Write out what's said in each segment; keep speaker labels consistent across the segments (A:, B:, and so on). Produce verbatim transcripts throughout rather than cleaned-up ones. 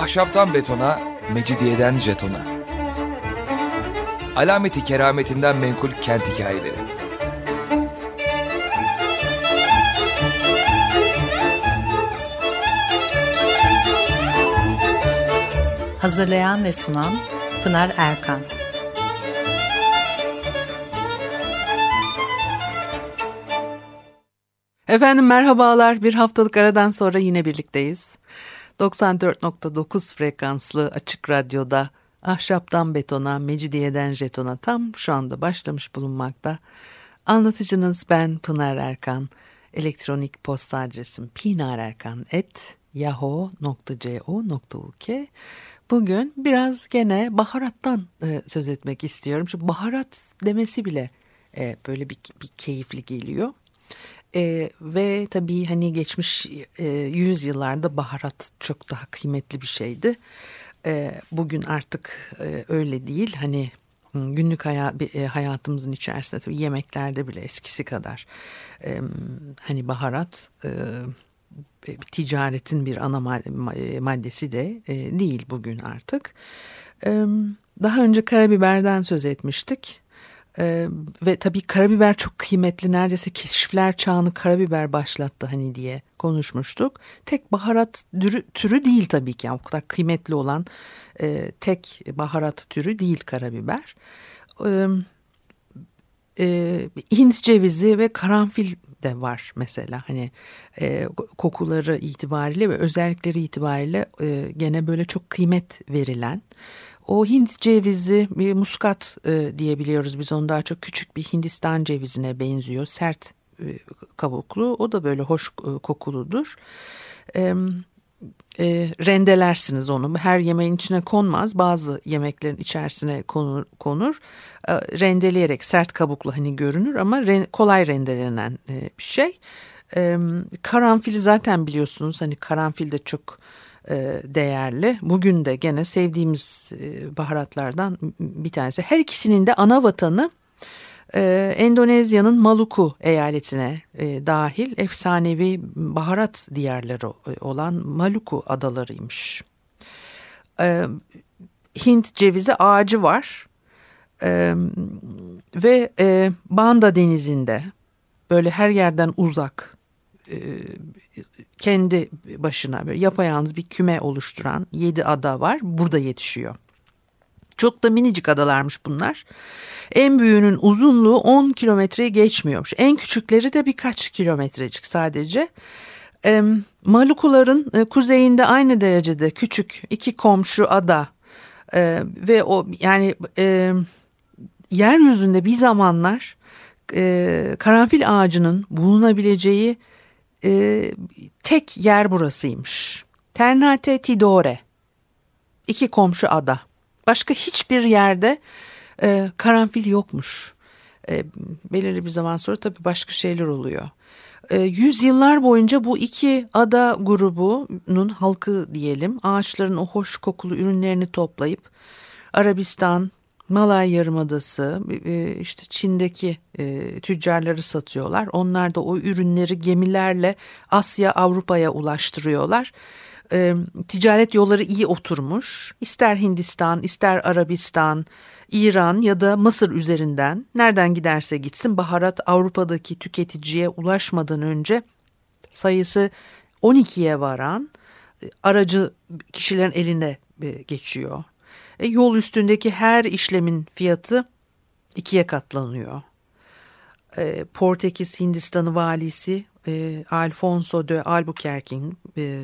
A: Ahşaptan betona, mecidiyeden jetona. Alameti kerametinden menkul kent hikayeleri.
B: Hazırlayan ve sunan Pınar Erkan.
C: Efendim merhabalar. Bir haftalık aradan sonra yine birlikteyiz. doksan dört nokta dokuz frekanslı Açık Radyo'da Ahşaptan Betona, Mecidiyeden Jeton'a tam şu anda başlamış bulunmakta. Anlatıcınız ben Pınar Erkan. Elektronik posta adresim pinarerkan at yahoo nokta co nokta uk. Bugün biraz gene baharattan e, söz etmek istiyorum. Şu baharat demesi bile e, böyle bir, bir keyifli geliyor. E, ve tabii hani geçmiş e, yüzyıllarda baharat çok daha kıymetli bir şeydi. E, bugün artık e, öyle değil. Hani günlük hayat, e, hayatımızın içerisinde tabii yemeklerde bile eskisi kadar e, hani baharat e, ticaretin bir ana maddesi de e, değil bugün artık. E, daha önce karabiberden söz etmiştik. Ee, ve tabii karabiber çok kıymetli, neredeyse keşifler çağını karabiber başlattı hani diye konuşmuştuk. Tek baharat türü, türü değil tabii ki, yani o kadar kıymetli olan e, tek baharat türü değil karabiber. Ee, e, Hint cevizi ve karanfil de var mesela, hani e, kokuları itibariyle ve özellikleri itibariyle e, gene böyle çok kıymet verilen. O Hint cevizi, bir muskat e, diyebiliyoruz biz onu, daha çok küçük bir Hindistan cevizine benziyor. Sert e, kabuklu, o da böyle hoş e, kokuludur. E, e, rendelersiniz onu. Her yemeğin içine konmaz, bazı yemeklerin içerisine konur. konur. E, rendeleyerek sert kabuklu hani görünür ama re, kolay rendelenen e, bir şey. E, karanfil zaten biliyorsunuz, hani karanfil de çok değerli. Bugün de gene sevdiğimiz baharatlardan bir tanesi. Her ikisinin de ana vatanı Endonezya'nın Maluku eyaletine dahil efsanevi baharat diyarları olan Maluku adalarıymış. Hint cevizi ağacı var ve Banda Denizi'nde böyle her yerden uzak, kendi başına böyle yapayalnız bir küme oluşturan yedi ada var. Burada yetişiyor. Çok da minicik adalarmış bunlar. En büyüğünün uzunluğu on kilometreyi geçmiyormuş. En küçükleri de birkaç kilometrecik sadece. E, Malukuların e, kuzeyinde aynı derecede küçük iki komşu ada e, ve o yani e, yeryüzünde bir zamanlar e, karanfil ağacının bulunabileceği e, tek yer burasıymış. Ternate Tidore. İki komşu ada. Başka hiçbir yerde e, karanfil yokmuş. E, belirli bir zaman sonra tabii başka şeyler oluyor. E, yüzyıllar boyunca bu iki ada grubunun halkı diyelim, ağaçların o hoş kokulu ürünlerini toplayıp Arabistan, Malay Yarımadası, işte Çin'deki e, tüccarları satıyorlar. Onlar da o ürünleri gemilerle Asya, Avrupa'ya ulaştırıyorlar. E, ticaret yolları iyi oturmuş. İster Hindistan, ister Arabistan, İran ya da Mısır üzerinden nereden giderse gitsin baharat Avrupa'daki tüketiciye ulaşmadan önce sayısı on ikiye varan aracı kişilerin eline geçiyor. E, yol üstündeki her işlemin fiyatı ikiye katlanıyor. E, Portekiz Hindistanı valisi e, Alfonso de Albuquerque'in e,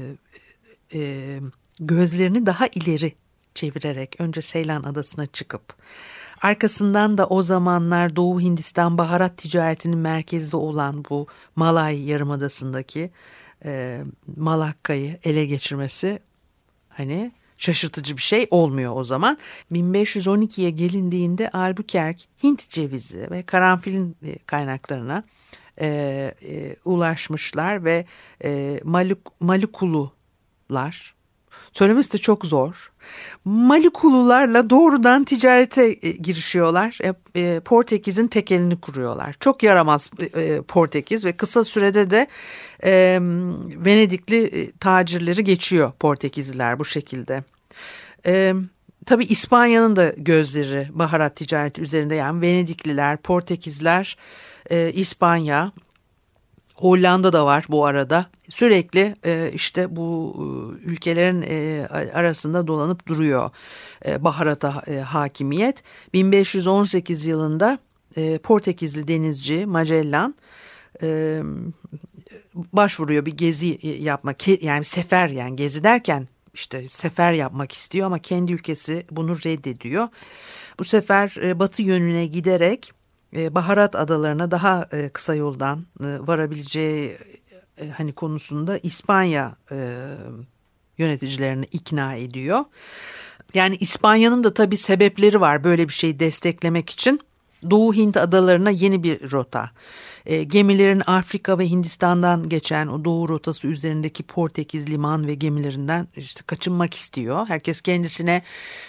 C: e, gözlerini daha ileri çevirerek önce Seylan Adası'na çıkıp arkasından da o zamanlar Doğu Hindistan baharat ticaretinin merkezi olan bu Malay Yarımadası'ndaki e, Malakka'yı ele geçirmesi hani şaşırtıcı bir şey olmuyor o zaman. bin beş yüz on ikiye gelindiğinde Albuquerque Hint cevizi ve karanfilin kaynaklarına e, e, ulaşmışlar ve e, Maluk, Malukulular, söylemesi de çok zor, Malukulularla doğrudan ticarete e, girişiyorlar. E, e, Portekiz'in tekelini kuruyorlar. Çok yaramaz e, Portekiz ve kısa sürede de e, Venedikli e, tacirleri geçiyor Portekizliler bu şekilde. E, tabii İspanya'nın da gözleri baharat ticareti üzerinde, yani Venedikliler, Portekizler, e, İspanya, Hollanda da var bu arada. Sürekli e, işte bu e, ülkelerin e, arasında dolanıp duruyor e, baharata e, hakimiyet. bin beş yüz on sekiz yılında e, Portekizli denizci Magellan e, başvuruyor bir gezi yapmak, yani sefer, yani gezi derken işte sefer yapmak istiyor ama kendi ülkesi bunu reddediyor. Bu sefer e, batı yönüne giderek e, baharat adalarına daha e, kısa yoldan e, varabileceği e, hani konusunda İspanya e, yöneticilerini ikna ediyor. Yani İspanya'nın da tabii sebepleri var böyle bir şeyi desteklemek için. Doğu Hint adalarına yeni bir rota. E, gemilerin Afrika ve Hindistan'dan geçen o doğu rotası üzerindeki Portekiz liman ve gemilerinden işte kaçınmak istiyor. Herkes kendisine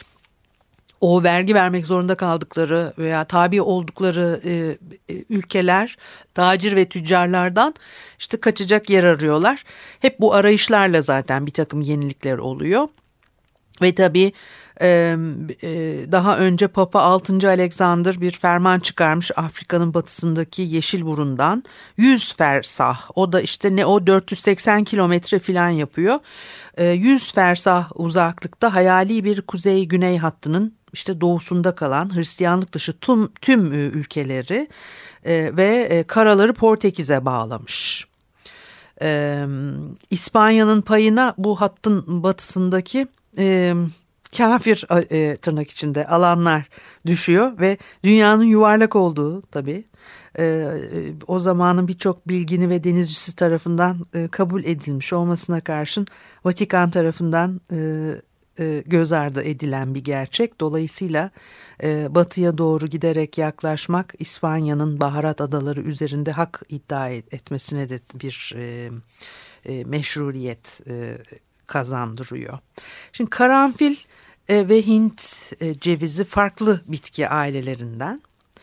C: o vergi vermek zorunda kaldıkları veya tabi oldukları e, e, ülkeler, tacir ve tüccarlardan işte kaçacak yer arıyorlar. Hep bu arayışlarla zaten bir takım yenilikler oluyor. Ve tabii e, e, daha önce Papa altıncı Alexander bir ferman çıkarmış Afrika'nın batısındaki Yeşilburun'dan yüz fersah. O da işte ne o dört yüz seksen kilometre falan yapıyor. E, yüz fersah uzaklıkta hayali bir kuzey-güney hattının işte doğusunda kalan Hristiyanlık dışı tüm, tüm ülkeleri e, ve e, karaları Portekiz'e bağlamış. E, İspanya'nın payına bu hattın batısındaki e, kafir e, tırnak içinde alanlar düşüyor ve dünyanın yuvarlak olduğu tabii e, o zamanın birçok bilgini ve denizcisi tarafından e, kabul edilmiş olmasına karşın Vatikan tarafından e, e, göz ardı edilen bir gerçek. Dolayısıyla e, batıya doğru giderek yaklaşmak İspanya'nın baharat adaları üzerinde hak iddia etmesine de bir e, e, meşruiyet e, kazandırıyor. Şimdi karanfil e, ve Hint e, cevizi farklı bitki ailelerinden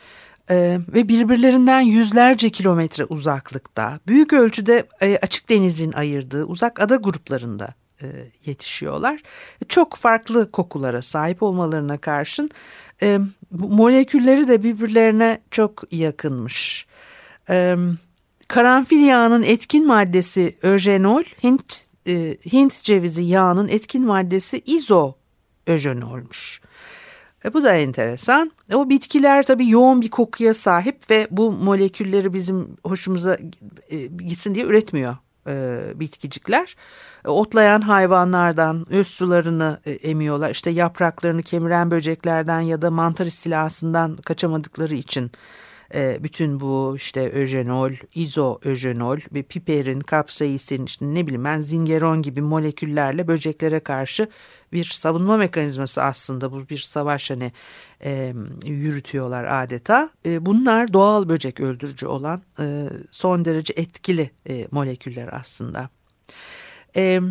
C: e, ve birbirlerinden yüzlerce kilometre uzaklıkta, büyük ölçüde e, açık denizin ayırdığı uzak ada gruplarında e, yetişiyorlar. E, çok farklı kokulara sahip olmalarına karşın e, molekülleri de birbirlerine çok yakınmış. E, karanfil yağının etkin maddesi öjenol, Hint E, Hint cevizi yağının etkin maddesi izoöjenolmuş. E, bu da enteresan. E, o bitkiler tabii yoğun bir kokuya sahip ve bu molekülleri bizim hoşumuza e, gitsin diye üretmiyor e, bitkicikler. E, otlayan hayvanlardan öz sularını e, emiyorlar. İşte yapraklarını kemiren böceklerden ya da mantar istilasından kaçamadıkları için bütün bu işte öjenol, izoöjenol ve piperin, kapsaisin, işte ne bileyim ben zingeron gibi moleküllerle böceklere karşı bir savunma mekanizması, aslında bu bir savaş hani e, yürütüyorlar adeta. E, bunlar doğal böcek öldürücü olan e, son derece etkili e, moleküller aslında. Evet.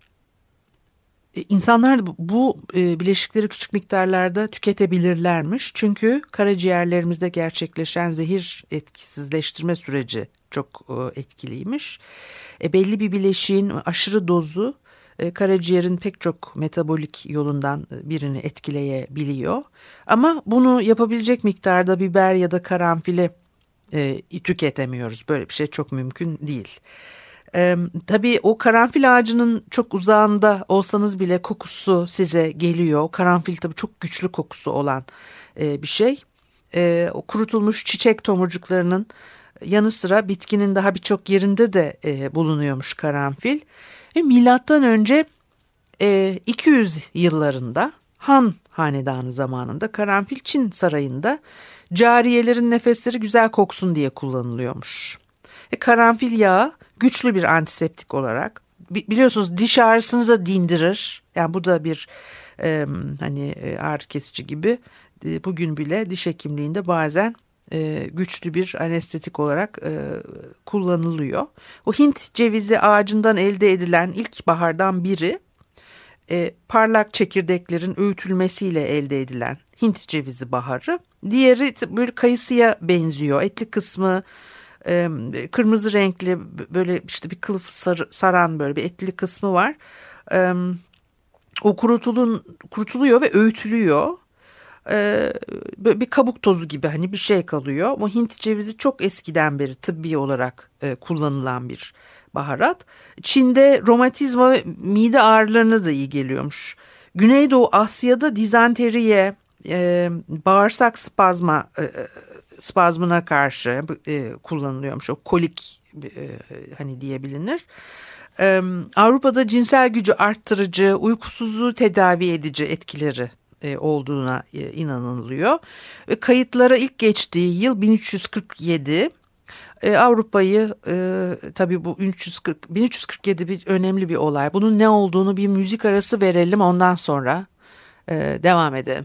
C: İnsanlar bu bileşikleri küçük miktarlarda tüketebilirlermiş. Çünkü karaciğerlerimizde gerçekleşen zehir etkisizleştirme süreci çok etkiliymiş. E, belli bir bileşiğin aşırı dozu e, karaciğerin pek çok metabolik yolundan birini etkileyebiliyor. Ama bunu yapabilecek miktarda biber ya da karanfili e, tüketemiyoruz. Böyle bir şey çok mümkün değil. Ee, tabii o karanfil ağacının çok uzağında olsanız bile kokusu size geliyor. O karanfil tabii çok güçlü kokusu olan e, bir şey. E, o kurutulmuş çiçek tomurcuklarının yanı sıra bitkinin daha birçok yerinde de e, bulunuyormuş karanfil. E, milattan önce e, iki yüz yıllarında Han hanedanı zamanında karanfil Çin sarayında cariyelerin nefesleri güzel koksun diye kullanılıyormuş. E, karanfil yağı güçlü bir antiseptik olarak, biliyorsunuz diş ağrısını da dindirir. Yani bu da bir e, hani ağrı kesici gibi. E, bugün bile diş hekimliğinde bazen e, güçlü bir anestetik olarak e, kullanılıyor. O Hint cevizi ağacından elde edilen ilk bahardan biri e, parlak çekirdeklerin öğütülmesiyle elde edilen Hint cevizi baharı. Diğeri böyle kayısıya benziyor. Etli kısmı kırmızı renkli, böyle işte bir kılıf sar, saran böyle bir etli kısmı var. O kurutulun, kurutuluyor ve öğütülüyor. Ee, böyle bir kabuk tozu gibi hani bir şey kalıyor. Bu Hint cevizi çok eskiden beri tıbbi olarak e, kullanılan bir baharat. Çin'de romatizma ve mide ağrılarına da iyi geliyormuş. Güneydoğu Asya'da dizanteriye, e, bağırsak spazma e, spazmına karşı e, kullanılıyormuş. O kolik e, hani diye bilinir. Ee, Avrupa'da cinsel gücü arttırıcı, uykusuzluğu tedavi edici etkileri e, olduğuna e, inanılıyor. Ve kayıtlara ilk geçtiği yıl bin üç yüz kırk yedi. E, Avrupa'yı e, tabii bu bin üç yüz kırk, bin üç yüz kırk yedi bir önemli bir olay. Bunun ne olduğunu bir müzik arası verelim, ondan sonra e, devam edelim.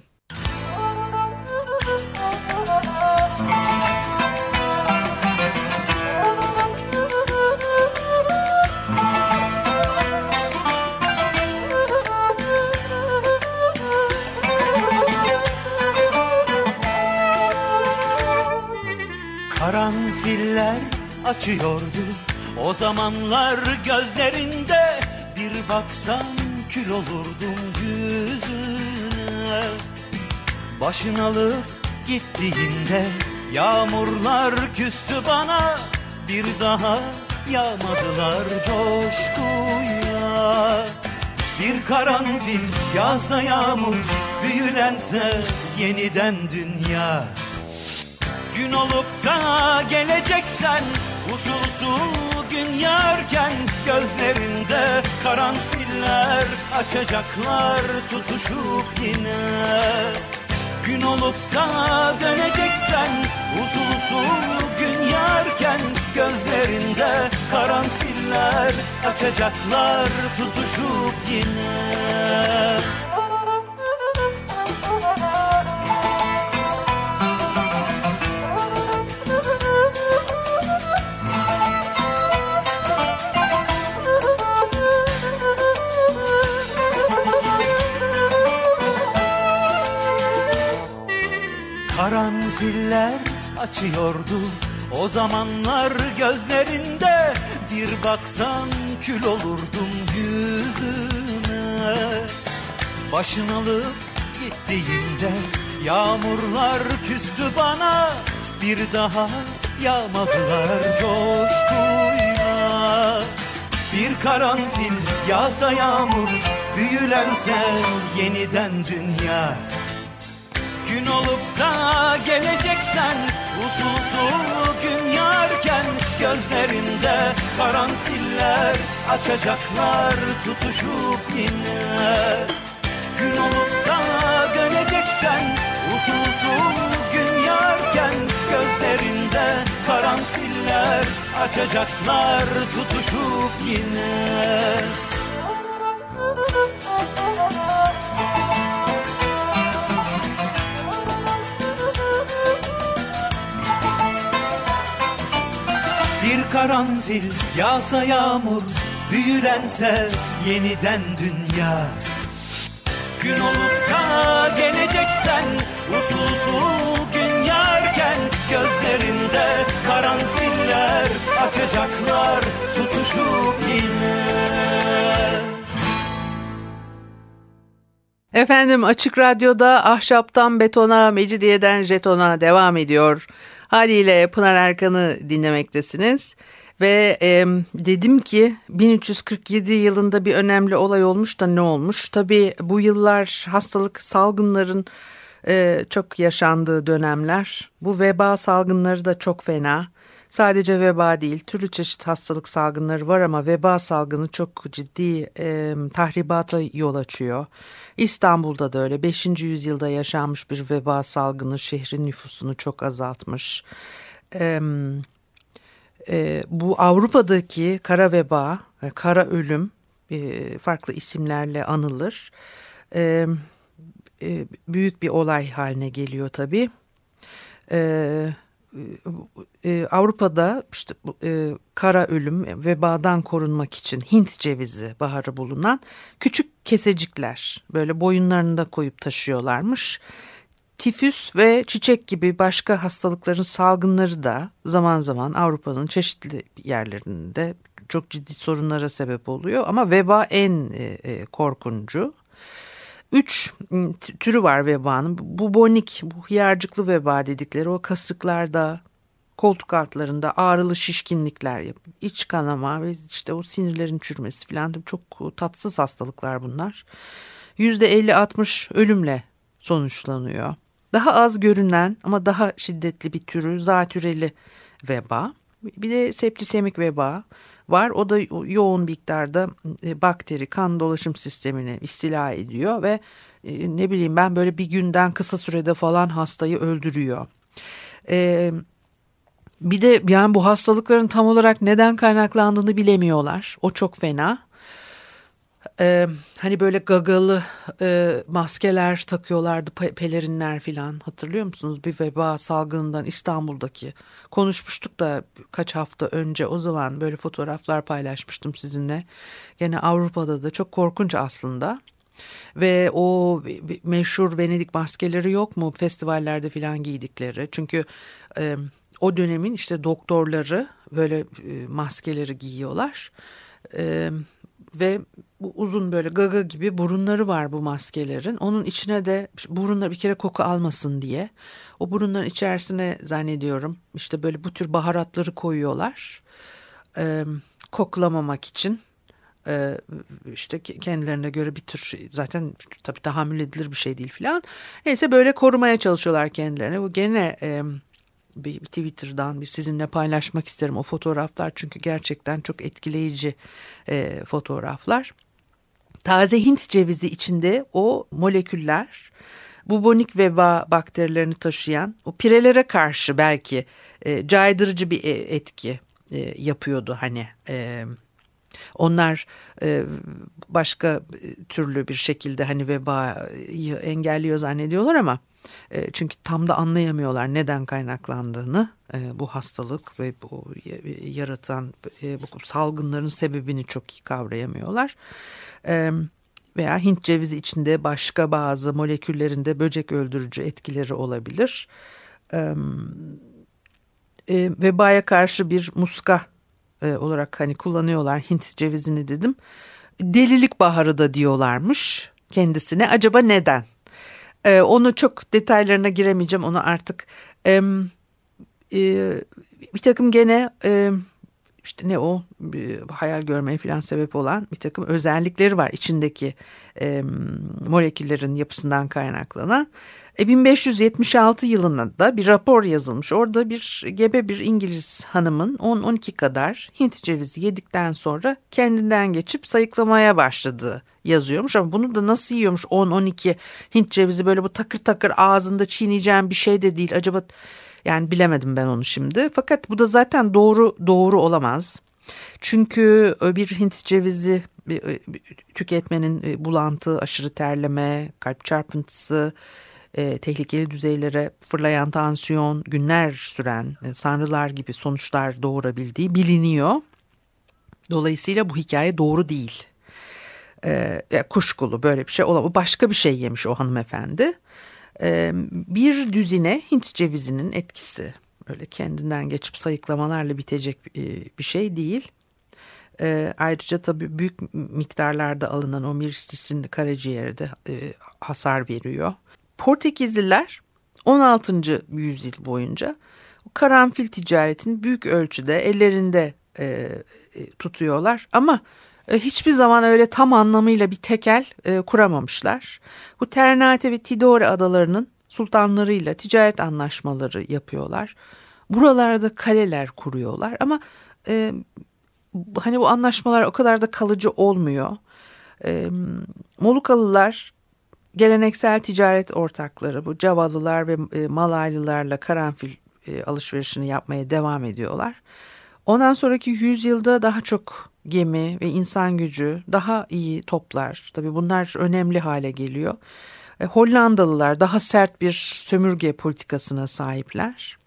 D: Karanfiller açıyordu o zamanlar gözlerinde, bir baksan kül olurdum yüzüne. Başın alıp gittiğinde yağmurlar küstü bana, bir daha yağmadılar coşkuyla. Bir karanfil yağsa yağmur, büyülense yeniden dünya. Gün olup da geleceksen, usul usul gün yarken, gözlerinde karanfiller açacaklar tutuşup yine. Gün olup da döneceksen, usul usul gün yarken, gözlerinde karanfiller açacaklar tutuşup yine. Karanfiller açıyordu o zamanlar gözlerinde, bir baksan kül olurdum yüzüne. Başın alıp gittiğinde yağmurlar küstü bana, bir daha yağmadılar coşkuyla. Bir karanfil yağsa yağmur, büyülense yeniden dünya. Gün olup da geleceksen, usul usul gün yarken, gözlerinde karanfiller açacaklar tutuşup yine. Gün olup da döneceksen, usul usul gün yarken, gözlerinde karanfiller açacaklar tutuşup yine. Bir karanfil yağsa yağmur, büyülense yeniden dünya. Gün olup da geleceksen, usul usul gün yarken, gözlerinde karanfiller açacaklar tutuşup yine.
C: Efendim, Açık Radyo'da Ahşaptan Betona, Mecidiyeden Jeton'a devam ediyor. Haliyle Pınar Erkan'ı dinlemektesiniz ve e, dedim ki bin üç yüz kırk yedi yılında bir önemli olay olmuş da ne olmuş? Tabii bu yıllar hastalık salgınların e, çok yaşandığı dönemler. Bu veba salgınları da çok fena. Sadece veba değil, türlü çeşit hastalık salgınları var ama veba salgını çok ciddi e, tahribata yol açıyor. İstanbul'da da öyle beşinci yüzyılda yaşanmış bir veba salgını şehrin nüfusunu çok azaltmış. E, e, bu Avrupa'daki kara veba, kara ölüm e, farklı isimlerle anılır. E, e, büyük bir olay haline geliyor tabii. Evet. Avrupa'da işte e, kara ölüm, vebadan korunmak için Hint cevizi baharı bulunan küçük kesecikler böyle boyunlarında koyup taşıyorlarmış. Tifüs ve çiçek gibi başka hastalıkların salgınları da zaman zaman Avrupa'nın çeşitli yerlerinde çok ciddi sorunlara sebep oluyor. Ama veba en e, e, korkuncu. Üç türü var vebanın. Bubonik, bu hiyercikli veba dedikleri, o kasıklarda, koltuk altlarında ağrılı şişkinlikler yapıyor. İç kanama ve işte o sinirlerin çürümesi falan, çok tatsız hastalıklar bunlar. yüzde elli altmış ölümle sonuçlanıyor. Daha az görünen ama daha şiddetli bir türü zatürreli veba. Bir de septisemik veba var. O da yoğun miktarda bakteri kan dolaşım sistemini istila ediyor ve ne bileyim ben böyle bir günden kısa sürede falan hastayı öldürüyor. Ee, bir de yani bu hastalıkların tam olarak neden kaynaklandığını bilemiyorlar. O çok fena. Ee, hani böyle gagalı e, maskeler takıyorlardı, pe- pelerinler filan, hatırlıyor musunuz? Bir veba salgınından İstanbul'daki konuşmuştuk da kaç hafta önce, o zaman böyle fotoğraflar paylaşmıştım sizinle. Gene Avrupa'da da çok korkunç aslında. Ve o meşhur Venedik maskeleri yok mu festivallerde filan giydikleri? Çünkü e, o dönemin işte doktorları böyle e, maskeleri giyiyorlar. E, ve bu uzun böyle gaga gibi burunları var bu maskelerin. Onun içine de burunlar bir kere koku almasın diye o burunların içerisine zannediyorum işte böyle bu tür baharatları koyuyorlar. E, koklamamak için. Ee, işte kendilerine göre bir tür, zaten tabii tahammül edilir bir şey değil filan. Neyse böyle korumaya çalışıyorlar kendilerini. Bu gene e, bir, bir Twitter'dan bir sizinle paylaşmak isterim o fotoğraflar, çünkü gerçekten çok etkileyici e, fotoğraflar. Taze Hint cevizi içinde o moleküller bubonik veba bakterilerini taşıyan o pirelere karşı belki e, caydırıcı bir etki e, yapıyordu hani. E, Onlar e, başka türlü bir şekilde hani vebayı engelliyor zannediyorlar ama e, çünkü tam da anlayamıyorlar neden kaynaklandığını, e, bu hastalık ve bu yaratan e, bu salgınların sebebini çok iyi kavrayamıyorlar. E, veya Hint cevizi içinde başka bazı moleküllerinde böcek öldürücü etkileri olabilir. E, e, vebaya karşı bir muska olarak hani kullanıyorlar Hint cevizini dedim. Delilik baharı da diyorlarmış kendisine. Acaba neden? Ee, onu çok detaylarına giremeyeceğim. Onu artık e, e, bir takım gene e, işte ne o e, hayal görmeye falan sebep olan bir takım özellikleri var içindeki e, moleküllerin yapısından kaynaklanan. E, bin beş yüz yetmiş altı yılında bir rapor yazılmış. Orada bir gebe bir İngiliz hanımın on on iki kadar Hint cevizi yedikten sonra kendinden geçip sayıklamaya başladığı yazıyormuş. Ama bunu da nasıl yiyormuş on on iki Hint cevizi, böyle bu takır takır ağzında çiğneyeceğim bir şey de değil. Acaba yani bilemedim ben onu şimdi. Fakat bu da zaten doğru doğru olamaz. Çünkü bir Hint cevizi tüketmenin bulantı, aşırı terleme, kalp çarpıntısı, E, tehlikeli düzeylere fırlayan tansiyon, günler süren e, sanrılar gibi sonuçlar doğurabildiği biliniyor. Dolayısıyla bu hikaye doğru değil. E, kuşkulu böyle bir şey olamaz. Başka bir şey yemiş o hanımefendi. E, bir düzine Hint cevizinin etkisi öyle kendinden geçip sayıklamalarla bitecek e, bir şey değil. E, ayrıca tabii büyük miktarlarda alınan o miristisin karaciğere de e, hasar veriyor. Portekizliler on altıncı yüzyıl boyunca karanfil ticaretini büyük ölçüde ellerinde e, e, tutuyorlar ama e, hiçbir zaman öyle tam anlamıyla bir tekel e, kuramamışlar. Bu Ternate ve Tidore adalarının sultanlarıyla ticaret anlaşmaları yapıyorlar. Buralarda kaleler kuruyorlar ama e, hani bu anlaşmalar o kadar da kalıcı olmuyor. E, Molukalılar geleneksel ticaret ortakları, bu Cavalılar ve e, Malaylılarla karanfil e, alışverişini yapmaya devam ediyorlar. Ondan sonraki yüzyılda daha çok gemi ve insan gücü, daha iyi toplar, tabii bunlar önemli hale geliyor. E, Hollandalılar daha sert bir sömürge politikasına sahipler.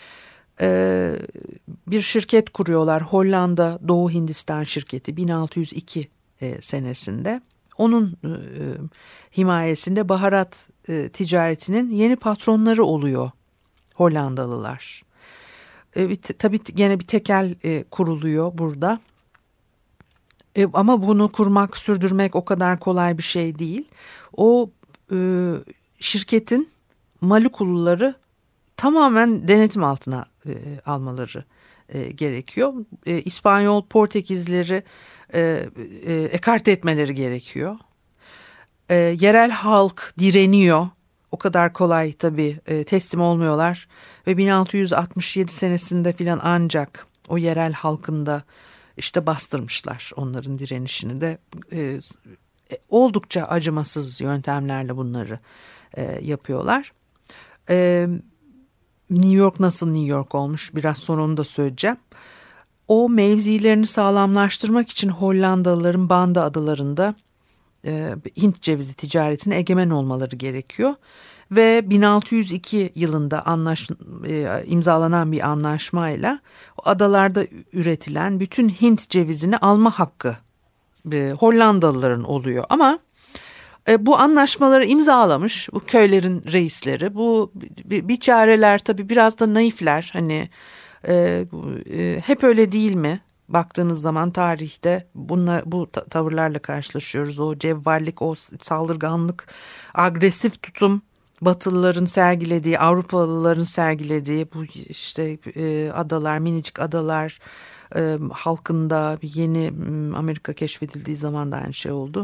C: E, bir şirket kuruyorlar, Hollanda Doğu Hindistan şirketi, bin altı yüz iki e, senesinde. Onun e, himayesinde baharat e, ticaretinin yeni patronları oluyor Hollandalılar. E, tabii gene bir tekel e, kuruluyor burada. E, ama bunu kurmak, sürdürmek o kadar kolay bir şey değil. O e, şirketin Malukulluları tamamen denetim altına e, almaları e, gerekiyor. E, İspanyol, Portekizleri e, e, ekarte etmeleri gerekiyor. E, yerel halk direniyor. O kadar kolay tabii e, teslim olmuyorlar. Ve bin altı yüz altmış yedi senesinde filan ancak o yerel halkında işte bastırmışlar onların direnişini de. E, oldukça acımasız yöntemlerle bunları e, yapıyorlar. E, New York nasıl New York olmuş biraz sonra onu da söyleyeceğim. O mevzilerini sağlamlaştırmak için Hollandalıların Banda adalarında e, Hint cevizi ticaretine egemen olmaları gerekiyor. Ve bin altı yüz iki yılında anlaş, e, imzalanan bir anlaşmayla o adalarda üretilen bütün Hint cevizini alma hakkı e, Hollandalıların oluyor. Ama e, bu anlaşmaları imzalamış bu köylerin reisleri. Bu biçareler tabii biraz da naifler. Hani e, e, hep öyle değil mi? Baktığınız zaman tarihte bunla, bu tavırlarla karşılaşıyoruz. O cevvallik, o saldırganlık, agresif tutum. Batılıların sergilediği, Avrupalıların sergilediği bu işte e, adalar, minicik adalar e, halkında yeni Amerika keşfedildiği zaman da aynı şey oldu.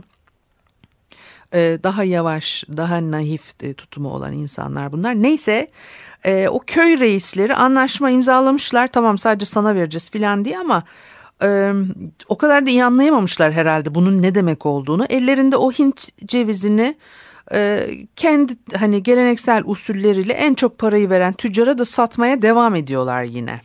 C: E, daha yavaş, daha naif e, tutumu olan insanlar bunlar. Neyse e, o köy reisleri anlaşma imzalamışlar. Tamam sadece sana vereceğiz filan diye ama e, o kadar da iyi anlayamamışlar herhalde bunun ne demek olduğunu. Ellerinde o Hint cevizini kendi hani geleneksel usulleriyle en çok parayı veren tüccara da satmaya devam ediyorlar yine.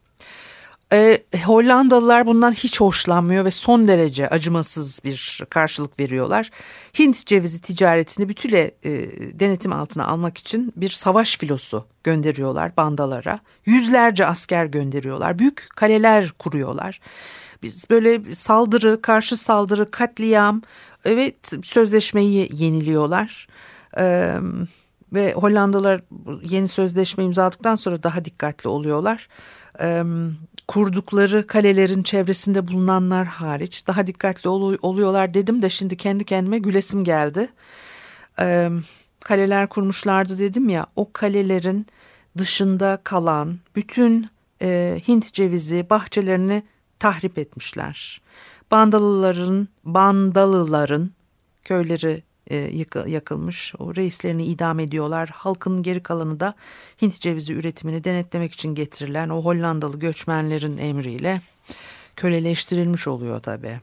C: Ee, Hollandalılar bundan hiç hoşlanmıyor ve son derece acımasız bir karşılık veriyorlar. Hint cevizi ticaretini bütüle e, denetim altına almak için bir savaş filosu gönderiyorlar bandalara. Yüzlerce asker gönderiyorlar. Büyük kaleler kuruyorlar. Biz böyle saldırı, karşı saldırı, katliam, evet sözleşmeyi yeniliyorlar. Ee, ve Hollandalılar yeni sözleşme imzaladıktan sonra daha dikkatli oluyorlar. Ee, kurdukları kalelerin çevresinde bulunanlar hariç daha dikkatli ol- oluyorlar dedim de şimdi kendi kendime gülesim geldi. Ee, kaleler kurmuşlardı dedim ya, o kalelerin dışında kalan bütün e, Hint cevizi bahçelerini tahrip etmişler. Bandalıların, Bandalıların köyleri e, yıkı, yakılmış. O reislerini idam ediyorlar. Halkın geri kalanı da Hint cevizi üretimini denetlemek için getirilen o Hollandalı göçmenlerin emriyle köleleştirilmiş oluyor tabii.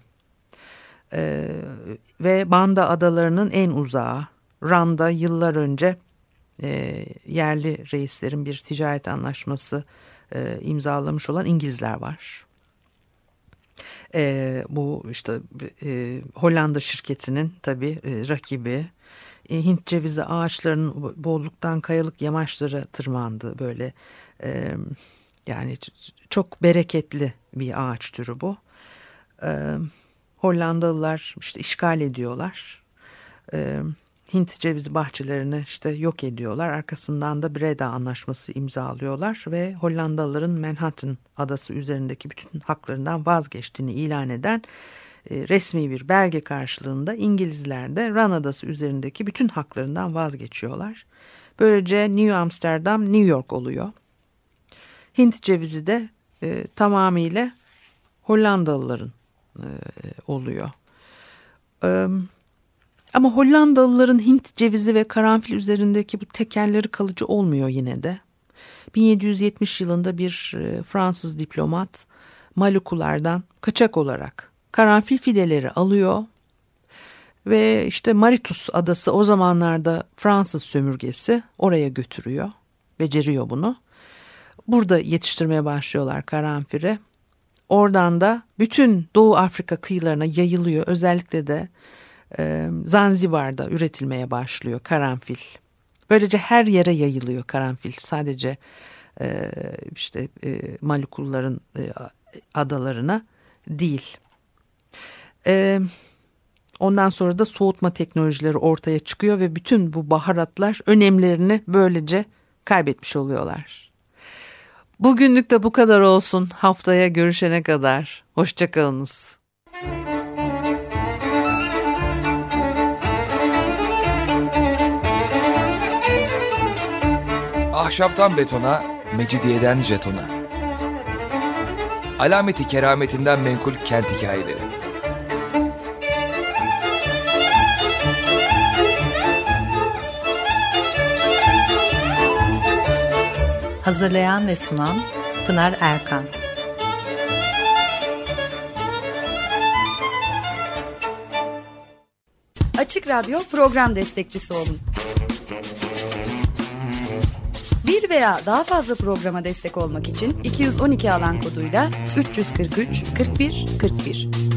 C: E, ve Banda adalarının en uzağı Randa yıllar önce e, yerli reislerin bir ticaret anlaşması e, imzalamış olan İngilizler var. E, bu işte e, Hollanda şirketinin tabii e, rakibi. E, Hint cevizi ağaçlarının bolluktan kayalık yamaçlara tırmandı böyle. E, yani çok bereketli bir ağaç türü bu. E, Hollandalılar işte işgal ediyorlar. E, Hint cevizi bahçelerini işte yok ediyorlar. Arkasından da Breda Anlaşması imzalıyorlar ve Hollandalıların Manhattan adası üzerindeki bütün haklarından vazgeçtiğini ilan eden e, resmi bir belge karşılığında İngilizler de Ran adası üzerindeki bütün haklarından vazgeçiyorlar. Böylece New Amsterdam New York oluyor. Hint cevizi de e, tamamıyla Hollandalıların e, oluyor. Evet. Ama Hollandalıların Hint cevizi ve karanfil üzerindeki bu tekelleri kalıcı olmuyor yine de. bin yedi yüz yetmiş yılında bir Fransız diplomat Malukulardan kaçak olarak karanfil fideleri alıyor ve işte Mauritius adası o zamanlarda Fransız sömürgesi oraya götürüyor, beceriyor bunu. Burada yetiştirmeye başlıyorlar karanfili. Oradan da bütün Doğu Afrika kıyılarına yayılıyor, özellikle de Zanzibar'da üretilmeye başlıyor karanfil. Böylece her yere yayılıyor karanfil. Sadece e, işte e, Malukulların e, adalarına değil. E, ondan sonra da soğutma teknolojileri ortaya çıkıyor ve bütün bu baharatlar önemlerini böylece kaybetmiş oluyorlar. Bugünlük de bu kadar olsun. Haftaya görüşene kadar hoşça kalınız.
A: Ahşaptan betona, mecidiyeden jetona. Alameti kerametinden menkul kent hikayeleri.
B: Hazırlayan ve sunan Pınar Erkan.
E: Açık Radyo program destekçisi olun. Bir veya daha fazla programa destek olmak için iki yüz on iki alan koduyla üç yüz kırk üç kırk bir kırk bir.